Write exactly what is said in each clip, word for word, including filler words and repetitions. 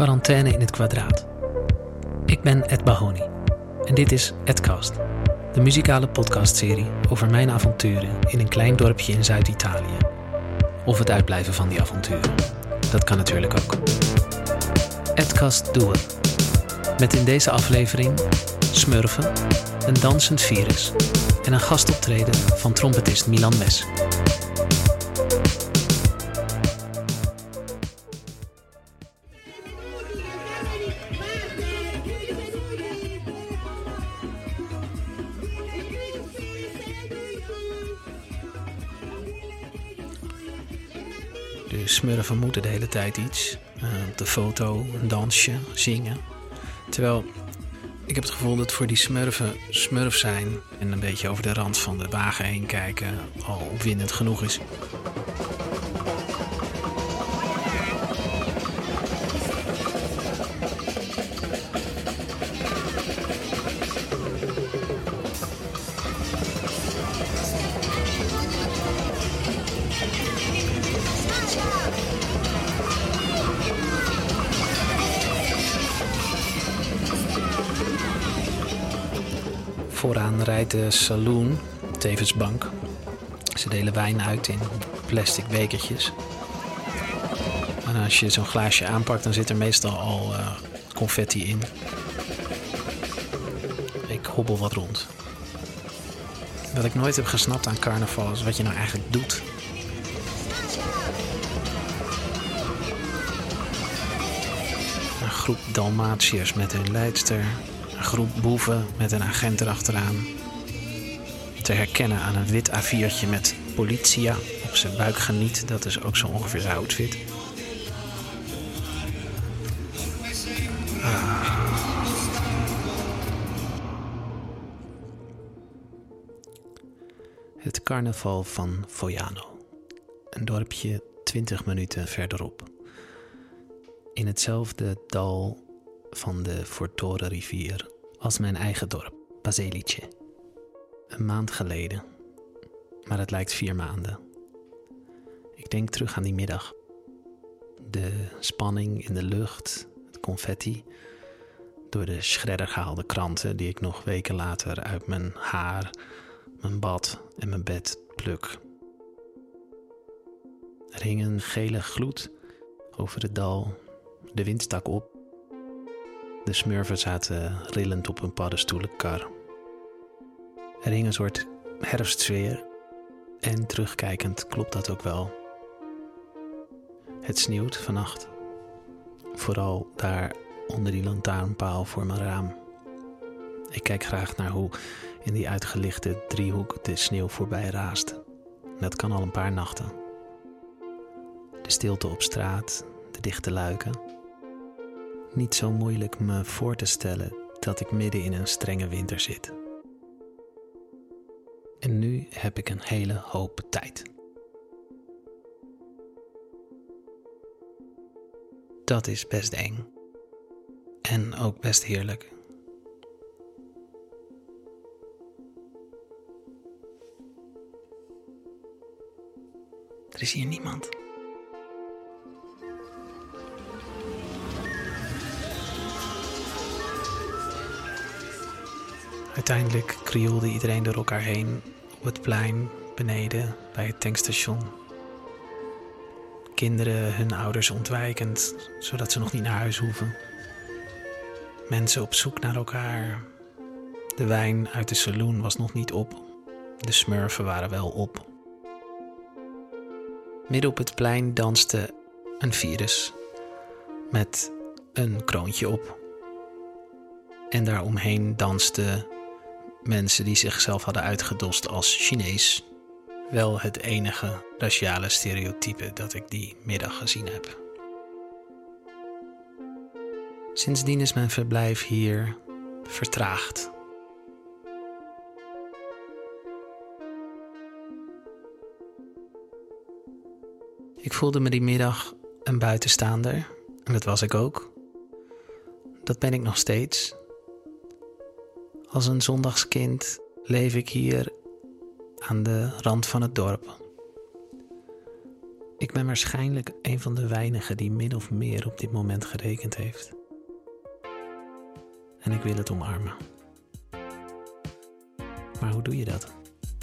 Quarantaine in het kwadraat. Ik ben Ed Bahoni en dit is Edcast, de muzikale podcastserie over mijn avonturen in een klein dorpje in Zuid-Italië. Of het uitblijven van die avonturen. Dat kan natuurlijk ook. Edcast Duo. Met in deze aflevering Smurfen, een dansend virus en een gastoptreden van trompetist Milan Mes. De smurfen moeten de hele tijd iets. Uh, op de foto, een dansje, zingen. Terwijl ik heb het gevoel dat voor die smurfen smurf zijn en een beetje over de rand van de wagen heen kijken al opwindend genoeg is. Vooraan rijdt de saloon, tevens bank. Ze delen wijn uit in plastic bekertjes. En als je zo'n glaasje aanpakt, dan zit er meestal al uh, confetti in. Ik hobbel wat rond. Wat ik nooit heb gesnapt aan carnaval is wat je nou eigenlijk doet. Een groep Dalmatiërs met hun leidster. Een groep boeven met een agent erachteraan. Te herkennen aan een wit A viertje met politia op zijn buik geniet. Dat is ook zo ongeveer zijn outfit. Ah. Het carnaval van Foiano. Een dorpje twintig minuten verderop. In hetzelfde dal van de Fortore rivier als mijn eigen dorp, Baselice. Een maand geleden, maar het lijkt vier maanden. Ik denk terug aan die middag. De spanning in de lucht, het confetti, door de shredder gehaalde kranten die ik nog weken later uit mijn haar, mijn bad en mijn bed pluk. Er hing een gele gloed over het dal, de wind stak op. De smurfen zaten rillend op een paddenstoelenkar. Er hing een soort herfstsfeer en terugkijkend klopt dat ook wel. Het sneeuwt vannacht. Vooral daar onder die lantaarnpaal voor mijn raam. Ik kijk graag naar hoe in die uitgelichte driehoek de sneeuw voorbij raast. Dat kan al een paar nachten. De stilte op straat, de dichte luiken. Niet zo moeilijk me voor te stellen dat ik midden in een strenge winter zit. En nu heb ik een hele hoop tijd. Dat is best eng. En ook best heerlijk. Er is hier niemand. Uiteindelijk krioelde iedereen door elkaar heen op het plein beneden bij het tankstation. Kinderen hun ouders ontwijkend, zodat ze nog niet naar huis hoeven. Mensen op zoek naar elkaar. De wijn uit de saloon was nog niet op. De smurfen waren wel op. Midden op het plein danste een virus met een kroontje op. En daaromheen dansten mensen die zichzelf hadden uitgedost als Chinees. Wel het enige raciale stereotype dat ik die middag gezien heb. Sindsdien is mijn verblijf hier vertraagd. Ik voelde me die middag een buitenstaander. En dat was ik ook. Dat ben ik nog steeds. Als een zondagskind leef ik hier aan de rand van het dorp. Ik ben waarschijnlijk een van de weinigen die min of meer op dit moment gerekend heeft. En ik wil het omarmen. Maar hoe doe je dat?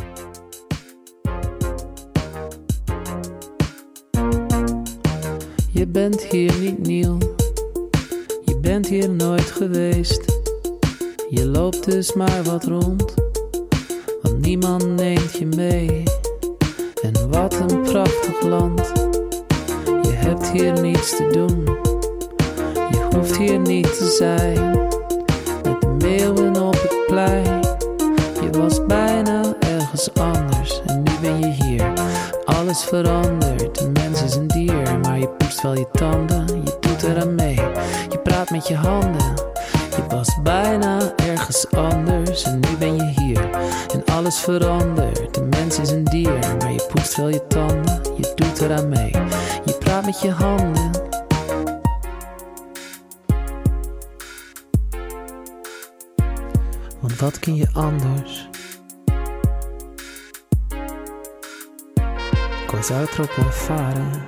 Je bent hier niet nieuw. Je bent hier nooit geweest. Je loopt dus maar wat rond, want niemand neemt je mee. En wat een prachtig land. Je hebt hier niets te doen. Je hoeft hier niet te zijn. Met de meeuwen op het plein. Je was bijna ergens anders en nu ben je hier. Alles verandert, de mens is een dier. Maar je poetst wel je tanden, je doet eraan mee. Je praat met je handen. Je was bijna ergens anders en nu ben je hier. En alles verandert, de mens is een dier. Maar je poetst wel je tanden, je doet eraan mee. Je praat met je handen. Want wat kun je anders? Cosa troppo fare?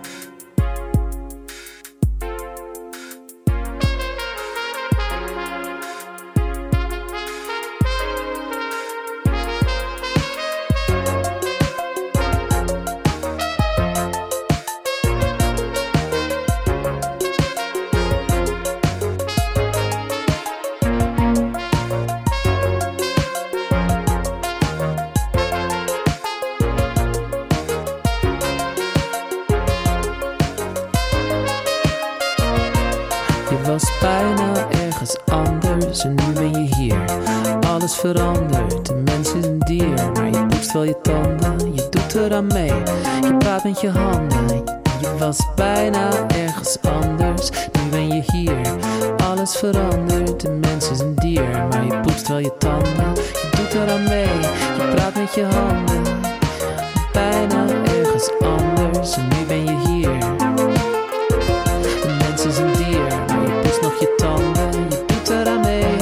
Je was bijna ergens anders en nu ben je hier. Alles verandert, de mens is een dier. Maar je poetst wel je tanden, je doet eraan mee. Je praat met je handen. Je was bijna ergens anders, nu ben je hier. Alles verandert, de mens is een dier. Maar je poetst wel je tanden, je doet eraan mee. Je praat met je handen. Bijna ergens anders en nu ben je hier. De mens is een dier, maar je poetst nog je tanden, je doet eraan mee.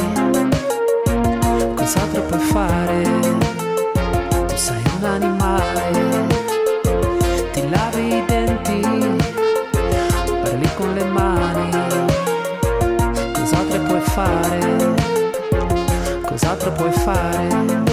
Cosa troppo fare? Tu sei un animale. Ti lavi i denti, parli con le mani. Cos'altro puoi fare? Cos'altro puoi fare?